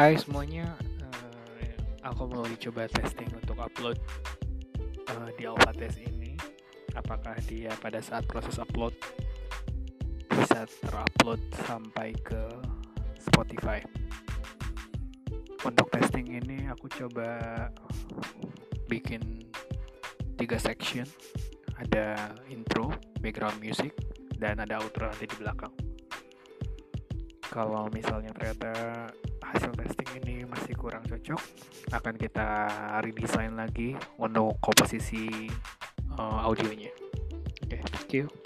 Hai semuanya, aku mau coba testing untuk upload di Alpha Test ini. Apakah dia pada saat proses upload bisa terupload sampai ke Spotify. Untuk testing ini aku coba bikin 3 section. Ada intro, background music, dan ada outro nanti di belakang. Kalau misalnya ternyata hasil testing ini masih kurang cocok, akan kita redesign lagi untuk komposisi audionya. Oke, thank you.